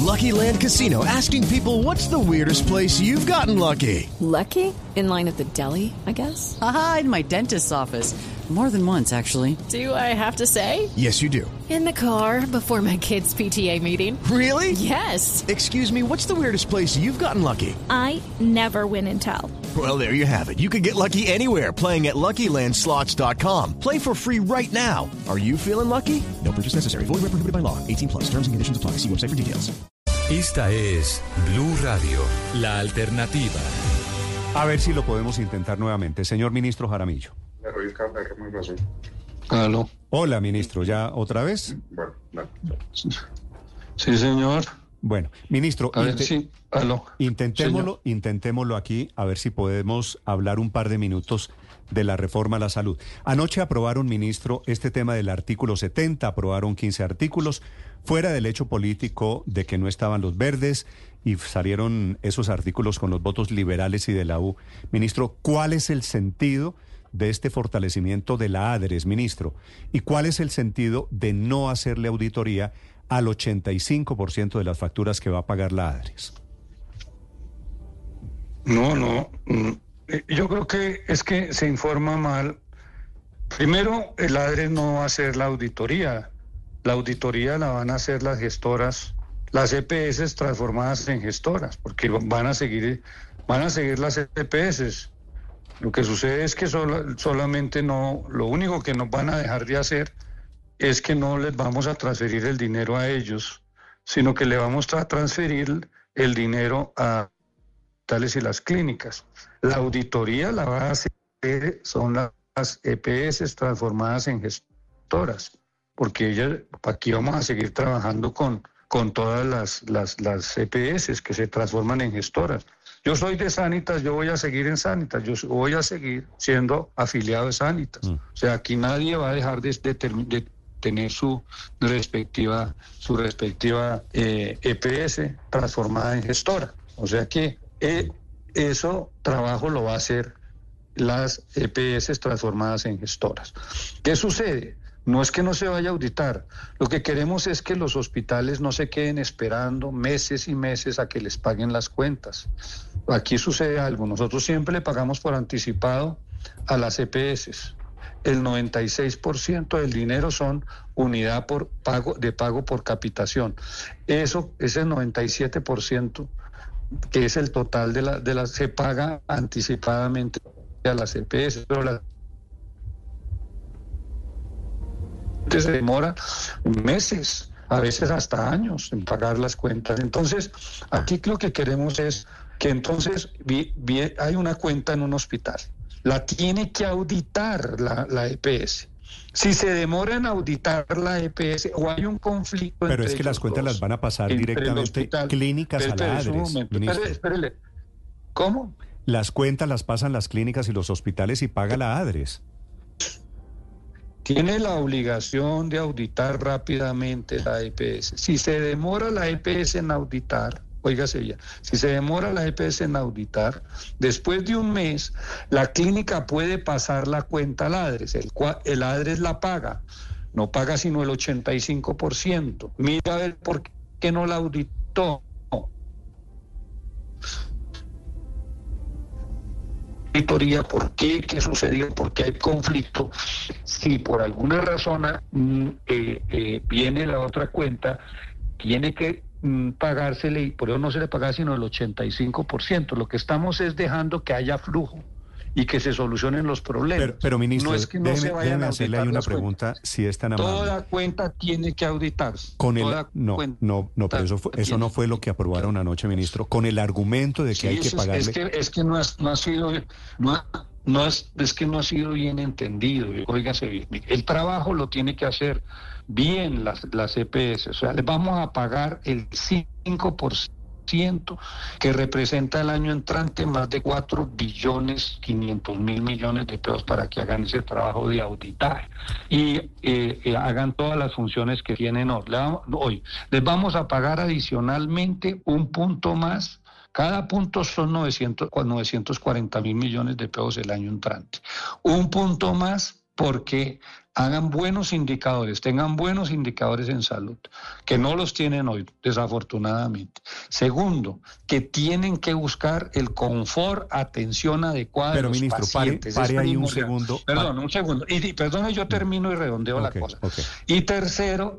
Lucky Land Casino, asking people, what's the weirdest place you've gotten lucky? Lucky? In line at the deli, I guess? Aha, in my dentist's office. More than once, actually. Do I have to say? Yes, you do. In the car before my kids' PTA meeting. Really? Yes. Excuse me, what's the weirdest place you've gotten lucky? I never win and tell. Well, there you have it. You can get lucky anywhere, playing at LuckyLandSlots.com. Play for free right now. Are you feeling lucky? No purchase necessary. Void where prohibited by law. 18+. Terms and conditions apply. See website for details. Esta es Blue Radio, la alternativa. A ver si lo podemos intentar nuevamente. Señor ministro Jaramillo. Aló. Hola, ministro. ¿Ya otra vez? Sí, señor. Bueno, ministro, A ver, sí. Aló. intentémoslo aquí, a ver si podemos hablar un par de minutos de la reforma a la salud. Anoche aprobaron, ministro, este tema del artículo 70, aprobaron 15 artículos, fuera del hecho político de que no estaban los verdes, y salieron esos artículos con los votos liberales y de la U. Ministro, ¿cuál es el sentido de este fortalecimiento de la ADRES, ministro? ¿Y cuál es el sentido de no hacerle auditoría al 85% de las facturas que va a pagar la ADRES? No. Yo creo que es que se informa mal. Primero, el ADRES no va a hacer la auditoría. La auditoría la van a hacer las gestoras, las EPS transformadas en gestoras, porque van a seguir las EPS. Lo que sucede es que solamente no, lo único que nos van a dejar de hacer es que no les vamos a transferir el dinero a ellos, sino que le vamos a transferir el dinero a tales y las clínicas. La auditoría la va a hacer, son las EPS transformadas en gestoras, porque aquí vamos a seguir trabajando con todas las EPS que se transforman en gestoras. Yo soy de Sanitas, yo voy a seguir en Sanitas, yo voy a seguir siendo afiliado de Sanitas. O sea, aquí nadie va a dejar de tener su respectiva EPS transformada en gestora. O sea que eso trabajo lo va a hacer las EPS transformadas en gestoras. ¿Qué sucede? No es que no se vaya a auditar. Lo que queremos es que los hospitales no se queden esperando meses y meses a que les paguen las cuentas. Aquí sucede algo. Nosotros siempre le pagamos por anticipado a las EPS. El 96% del dinero son unidad de pago por capitación. Ese 97%, que es el total de las se paga anticipadamente a las EPS, pero se demora meses, a veces hasta años en pagar las cuentas. Entonces, aquí lo que queremos es que entonces hay una cuenta en un hospital, la tiene que auditar la EPS. Si se demora en auditar la EPS o hay un conflicto... Pero es que las cuentas las van a pasar directamente clínicas a la ADRES. Espérele. ¿Cómo? Las cuentas las pasan las clínicas y los hospitales y paga la ADRES. Tiene la obligación de auditar rápidamente la EPS. Si se demora la EPS en auditar, óigase bien, si se demora la EPS en auditar, después de un mes, la clínica puede pasar la cuenta al ADRES, el ADRES la paga, no paga sino el 85%. Mira a ver por qué no la auditó. ¿Por qué? ¿Qué sucedió? ¿Por qué hay conflicto? Si por alguna razón viene la otra cuenta, tiene que pagársele, y por eso no se le paga sino el 85%. Lo que estamos es dejando que haya flujo y que se solucionen los problemas. Pero ministro, no es que no se vayan a hacerle ahí una pregunta, cuentas. Si es tan amable. Toda cuenta tiene que auditarse. Pero eso no fue lo que aprobaron anoche, ministro, con el argumento de que hay que pagarle. Es que no ha sido bien entendido. Óigase bien, el trabajo lo tiene que hacer bien las EPS. O sea, les vamos a pagar el 5%, que representa el año entrante más de 4.500.000.000.000 de pesos para que hagan ese trabajo de auditar y hagan todas las funciones que tienen hoy. Les vamos a pagar adicionalmente un punto más. Cada punto son 940.000 millones de pesos el año entrante. Un punto más porque hagan buenos indicadores, tengan buenos indicadores en salud, que no los tienen hoy, desafortunadamente. Segundo, que tienen que buscar el confort, atención adecuada de los pacientes. Pare ahí un segundo. Perdón, un segundo. Y perdone, yo termino y redondeo la cosa. Y tercero,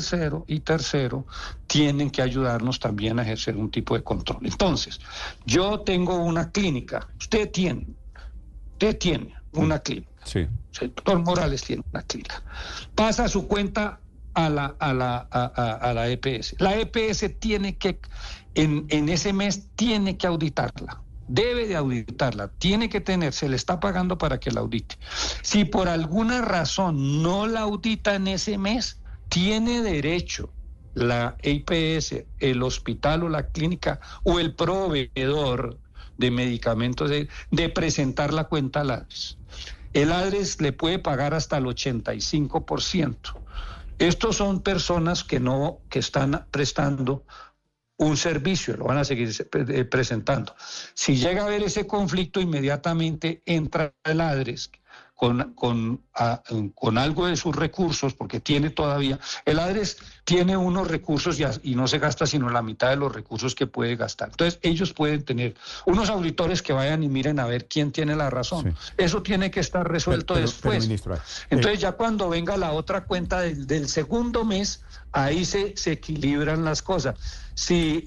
tienen que ayudarnos también a ejercer un tipo de control. Entonces, yo tengo una clínica, usted tiene una clínica. Sí. El doctor Morales tiene una clínica. Pasa su cuenta a la EPS. La EPS tiene que, en ese mes, tiene que auditarla. Debe de auditarla. Tiene que tener, se le está pagando para que la audite. Si por alguna razón no la audita en ese mes, tiene derecho la EPS, el hospital o la clínica o el proveedor de medicamentos de presentar la cuenta al ADRES. El ADRES le puede pagar hasta el 85%. Estos son personas que están prestando un servicio, lo van a seguir presentando. Si llega a haber ese conflicto, inmediatamente entra el ADRES con algo de sus recursos, porque tiene todavía, el ADRES tiene unos recursos y no se gasta sino la mitad de los recursos que puede gastar. Entonces ellos pueden tener unos auditores que vayan y miren a ver quién tiene la razón. Sí. Eso tiene que estar resuelto después. Pero, ministro, entonces ya cuando venga la otra cuenta del segundo mes, ahí se equilibran las cosas. Si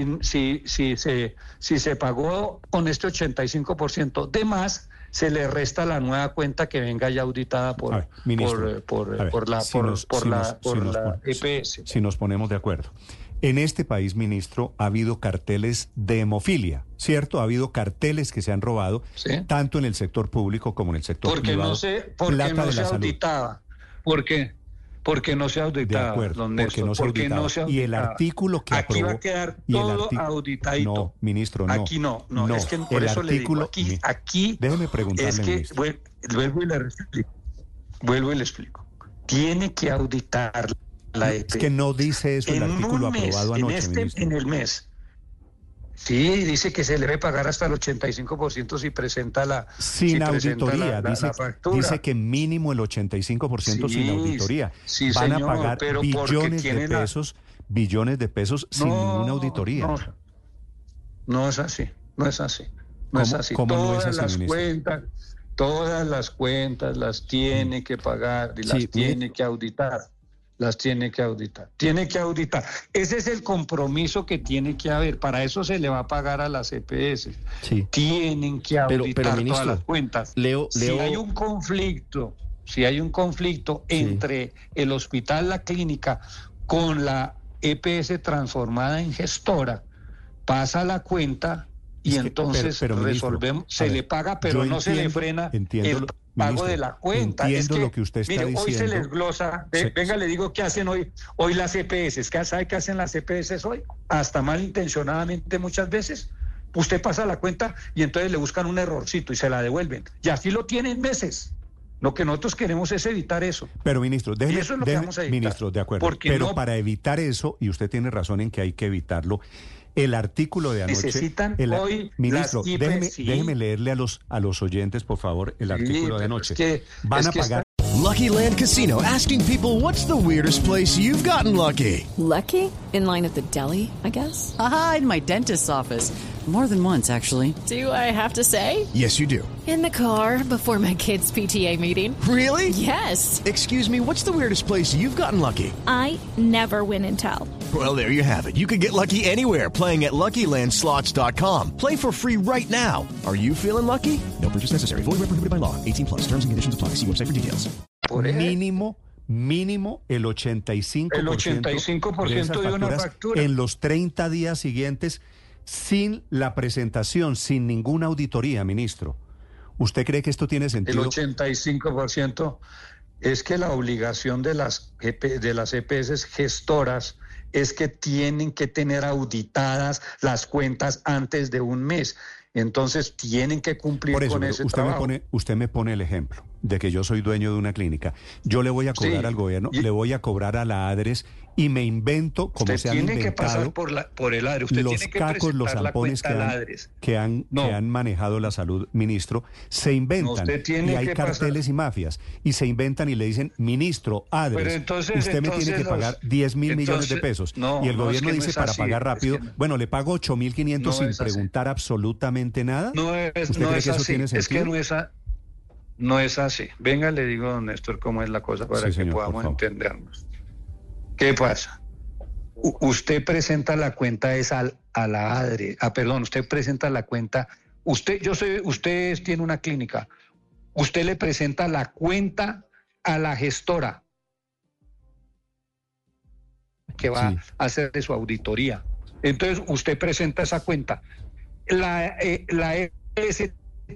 se pagó con este 85% de más, se le resta la nueva cuenta que venga ya auditada por la EPS. Si nos ponemos de acuerdo. En este país, ministro, ha habido carteles de hemofilia, ¿cierto? Ha habido carteles que se han robado, ¿sí?, tanto en el sector público como en el sector privado. Porque no se auditaba. ¿Por qué? Porque no se auditaba. De acuerdo, porque no se auditaba. Y el artículo que aquí aprobó... va a quedar todo auditadito. No, ministro, no. Aquí no, es que por eso artículo, le digo, aquí déjeme preguntarle, es que, vuelvo y le explico. Tiene que auditar la EPS. Es que no dice eso el artículo aprobado anoche, ministro. En el mes. Sí, dice que se le debe pagar hasta el 85% si presenta la... Sin auditoría, la factura. Dice que mínimo el 85% sin auditoría. Sí, van señor, a pagar billones de pesos sin ninguna auditoría. No es así. ¿Cómo no es así, ministro? Todas las cuentas las tiene que pagar y las tiene que auditar. Tiene que auditar. Ese es el compromiso que tiene que haber. Para eso se le va a pagar a las EPS. Sí. Tienen que auditar pero, ministro, todas las cuentas. Si hay un conflicto entre el hospital, la clínica, con la EPS transformada en gestora, pasa la cuenta y entonces resolvemos, ministro, le paga, pero no se le frena el pago, ministro, de la cuenta. Entiendo lo que usted está diciendo. Hoy se les glosa. Venga, le digo qué hacen hoy las EPS. ¿Sabe qué hacen las EPS hoy? Hasta malintencionadamente muchas veces. Usted pasa la cuenta y entonces le buscan un errorcito y se la devuelven. Y así lo tienen meses. Lo que nosotros queremos es evitar eso. Pero, ministro, déjeme, y eso es lo que vamos a evitar. Ministro, de acuerdo. Pero para evitar eso, y usted tiene razón en que hay que evitarlo, el artículo de anoche... Necesitan hoy ministro, las IPS, déjeme leerle a los oyentes, por favor, el artículo de anoche. Van a pagar... Lucky Land Casino, asking people, what's the weirdest place you've gotten lucky? Lucky? In line at the deli, I guess? Aha, in my dentist's office. More than once, actually. Do I have to say? Yes, you do. In the car before my kids' PTA meeting. Really? Yes. Excuse me, what's the weirdest place you've gotten lucky? I never win and tell. Well, there you have it. You can get lucky anywhere, playing at LuckyLandSlots.com. Play for free right now. Are you feeling lucky? No purchase necessary. Void where prohibited by law. 18+. Terms and conditions apply. See website for details. Mínimo el 85% de una factura en los 30 días siguientes, sin la presentación, sin ninguna auditoría, ministro. ¿Usted cree que esto tiene sentido? El 85% es que la obligación de las EPS gestoras es que tienen que tener auditadas las cuentas antes de un mes. Entonces tienen que cumplir con ese trabajo. Usted me pone el ejemplo de que yo soy dueño de una clínica. Yo le voy a cobrar al gobierno, le voy a cobrar a la ADRES y me invento, como usted se han tiene inventado, que pasar por el ADRE. Usted los tiene que cacos, los presentar la zampones cuenta al ADRES. que han manejado la salud, ministro, se inventan. usted tiene y hay que carteles pasar. y mafias. Y se inventan y le dicen, ministro, ADRES, Pero entonces usted me tiene que pagar 10.000 millones de pesos. No, y el no, gobierno es que no dice, es para así, pagar es rápido, que no. bueno, le pago 8.500 No sin es así. preguntar absolutamente nada. No es, ¿Usted no cree es que eso así. tiene Es que sentido? no es así. Venga, le digo, don Néstor, cómo es la cosa para Sí, que señor, por podamos favor. entendernos. ¿Qué pasa? Usted presenta la cuenta a la ADRE. Usted presenta la cuenta. Usted tiene una clínica. Usted le presenta la cuenta a la gestora que va a hacer de su auditoría. Entonces, usted presenta esa cuenta. La EPS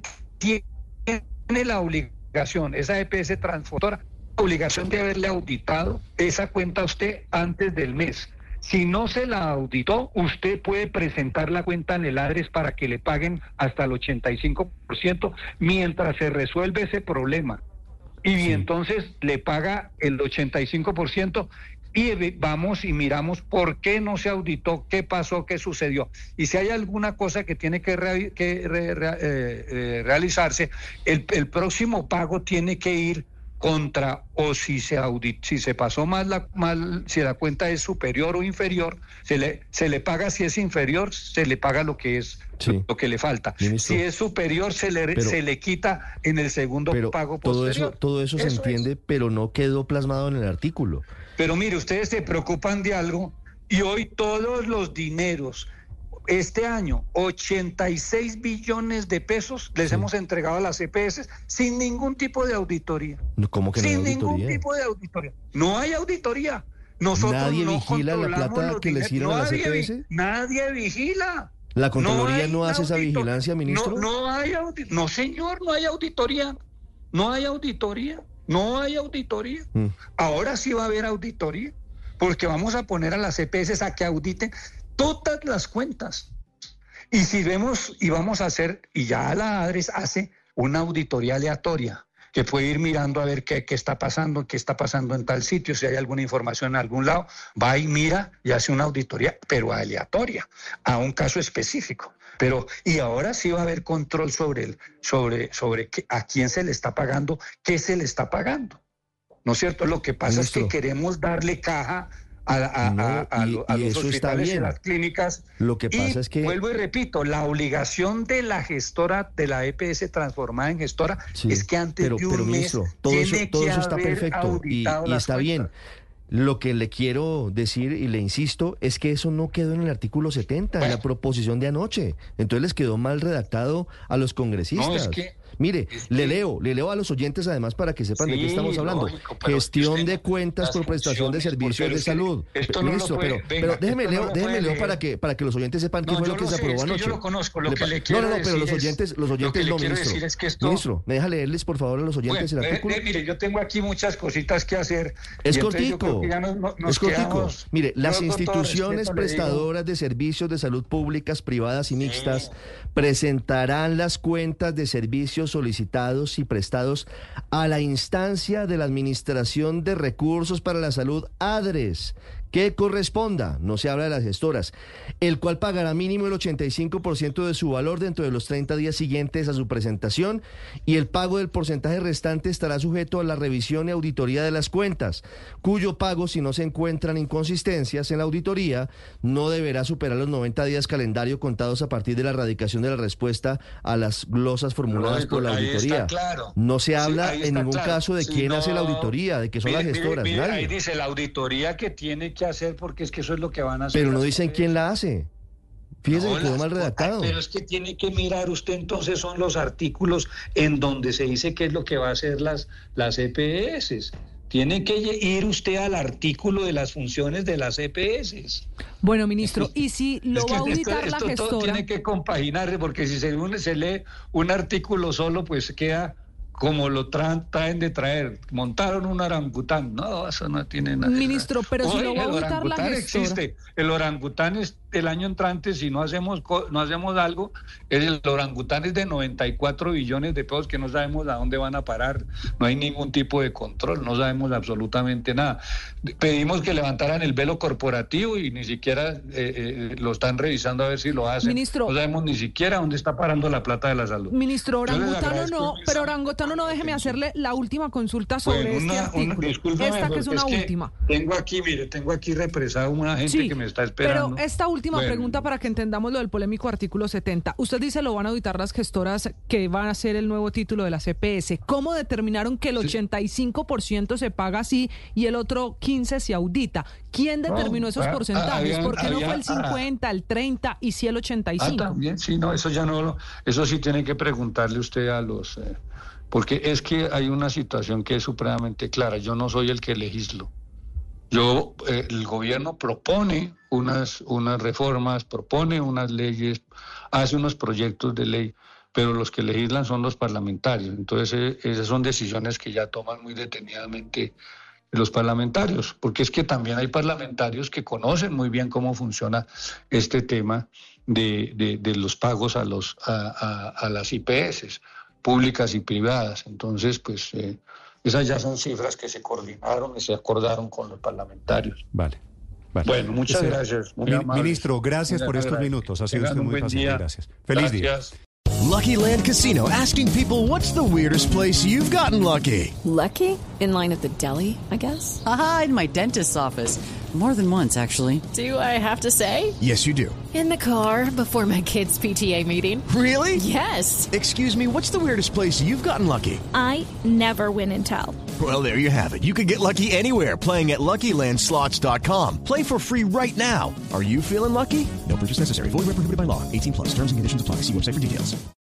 tiene la obligación, esa EPS transformadora, la obligación de haberle auditado esa cuenta a usted antes del mes. Si no se la auditó, usted puede presentar la cuenta en el ADRES para que le paguen hasta el 85% mientras se resuelve ese problema. Y entonces le paga el 85% y vamos y miramos por qué no se auditó, qué pasó, qué sucedió. Y si hay alguna cosa que tiene que realizarse, el próximo pago tiene que ir contra, o si se pasó si la cuenta es superior o inferior, se le paga. Si es inferior, se le paga lo que es lo que le falta. Ministro, si es superior, se le quita en el segundo pago posterior. Todo eso se entiende, pero no quedó plasmado en el artículo. Pero mire, ustedes se preocupan de algo y hoy todos los dineros, este año, 86 billones de pesos les hemos entregado a las EPS sin ningún tipo de auditoría. ¿Cómo que no hay auditoría? Sin ningún tipo de auditoría. No hay auditoría. Nosotros ¿Nadie no vigila la plata que les sirve a las EPS? Nadie vigila. ¿La Contraloría no hace esa vigilancia, ministro? No, señor, no hay auditoría. No hay auditoría. No hay auditoría. Ahora sí va a haber auditoría, porque vamos a poner a las EPS a que auditen todas las cuentas. Y si vemos, y vamos a hacer, y ya la ADRES hace una auditoría aleatoria, que puede ir mirando a ver qué está pasando en tal sitio, si hay alguna información en algún lado, va y mira y hace una auditoría, pero aleatoria, a un caso específico. Y ahora sí va a haber control sobre a quién se le está pagando, qué se le está pagando. ¿No es cierto? Lo que pasa es que queremos darle caja a los hospitales y a las clínicas. Lo que pasa es que... Vuelvo y repito, la obligación de la gestora, de la EPS transformada en gestora, es que antes de un mes ministro, todo eso está perfecto y está bien. Lo que le quiero decir y le insisto es que eso no quedó en el artículo 70, en la proposición de anoche. Entonces les quedó mal redactado a los congresistas. Mire, le leo a los oyentes además para que sepan de qué estamos hablando. Lógico, gestión de cuentas por prestación de servicios de salud. Ministro, pero déjeme leo para que los oyentes sepan qué fue lo que se aprobó anoche. Yo lo conozco, lo que le quiero decir. Pero los oyentes no, ministro. Es que esto... Ministro, ¿me deja leerles por favor a los oyentes el artículo? Mire, yo tengo aquí muchas cositas que hacer. Es cortico. Mire, las instituciones prestadoras de servicios de salud públicas, privadas y mixtas presentarán las cuentas de servicios solicitados y prestados a la instancia de la Administración de Recursos para la Salud, ADRES, que corresponda, no se habla de las gestoras, el cual pagará mínimo el 85% de su valor dentro de los 30 días siguientes a su presentación, y el pago del porcentaje restante estará sujeto a la revisión y auditoría de las cuentas, cuyo pago, si no se encuentran inconsistencias en la auditoría, no deberá superar los 90 días calendario contados a partir de la radicación de la respuesta a las glosas formuladas por la auditoría. Claro. No se habla en ningún caso de quién hace la auditoría, de que son las gestoras. Mire, nadie. ahí dice la auditoría que tiene que hacer, porque es que eso es lo que van a hacer. Pero no dicen quién la hace. Fíjese que quedó mal redactado. Pero es que tiene que mirar usted, entonces son los artículos en donde se dice qué es lo que va a hacer las EPS. Tiene que ir usted al artículo de las funciones de las EPS. Bueno, ministro, ¿y si lo va a auditar la gestora? Todo tiene que compaginarse, porque si se lee un artículo solo, pues queda como lo traen de traer. Montaron un orangután. No, eso no tiene nada. Ministro, pero si lo va a auditar la gestora. Existe. El orangután el año entrante, si no hacemos algo, el orangután es de 94 billones de pesos que no sabemos a dónde van a parar. No hay ningún tipo de control, no sabemos absolutamente nada. Pedimos que levantaran el velo corporativo y ni siquiera lo están revisando a ver si lo hacen. Ministro, no sabemos ni siquiera dónde está parando la plata de la salud. Ministro, orangutano no, pero orangutano no, déjeme hacerle la última consulta sobre este artículo. Esta que es una última. Tengo aquí represado una gente que me está esperando. Pero esta última pregunta para que entendamos lo del polémico artículo 70. Usted dice lo van a auditar las gestoras que van a ser el nuevo título de la CPS. ¿Cómo determinaron que el 85% se paga así y el otro 15% se audita? ¿Quién determinó esos porcentajes? ¿Por qué no fue el 50, el 30 y sí el 85? También, sí, no, eso ya no, eso sí tiene que preguntarle usted a los... porque es que hay una situación que es supremamente clara. Yo no soy el que legislo. El gobierno propone unas reformas, propone unas leyes, hace unos proyectos de ley, pero los que legislan son los parlamentarios. Entonces, esas son decisiones que ya toman muy detenidamente los parlamentarios, porque es que también hay parlamentarios que conocen muy bien cómo funciona este tema de los pagos a las IPS públicas y privadas. Entonces, pues... esas ya son cifras que se coordinaron y se acordaron con los parlamentarios. Vale. Bueno, muchas gracias. Ministro, gracias por estos minutos. Ha sido usted muy paciente. Gracias. Feliz día. Lucky Land Casino, asking people, what's the weirdest place you've gotten lucky? Lucky? In line at the deli, I guess? Aha, in my dentist's office. More than once, actually. Do I have to say? Yes, you do. In the car before my kids' PTA meeting. Really? Yes. Excuse me, what's the weirdest place you've gotten lucky? I never win and tell. Well, there you have it. You can get lucky anywhere, playing at LuckyLandSlots.com. Play for free right now. Are you feeling lucky? No purchase necessary. Void where prohibited by law. 18+. Terms and conditions apply. See website for details.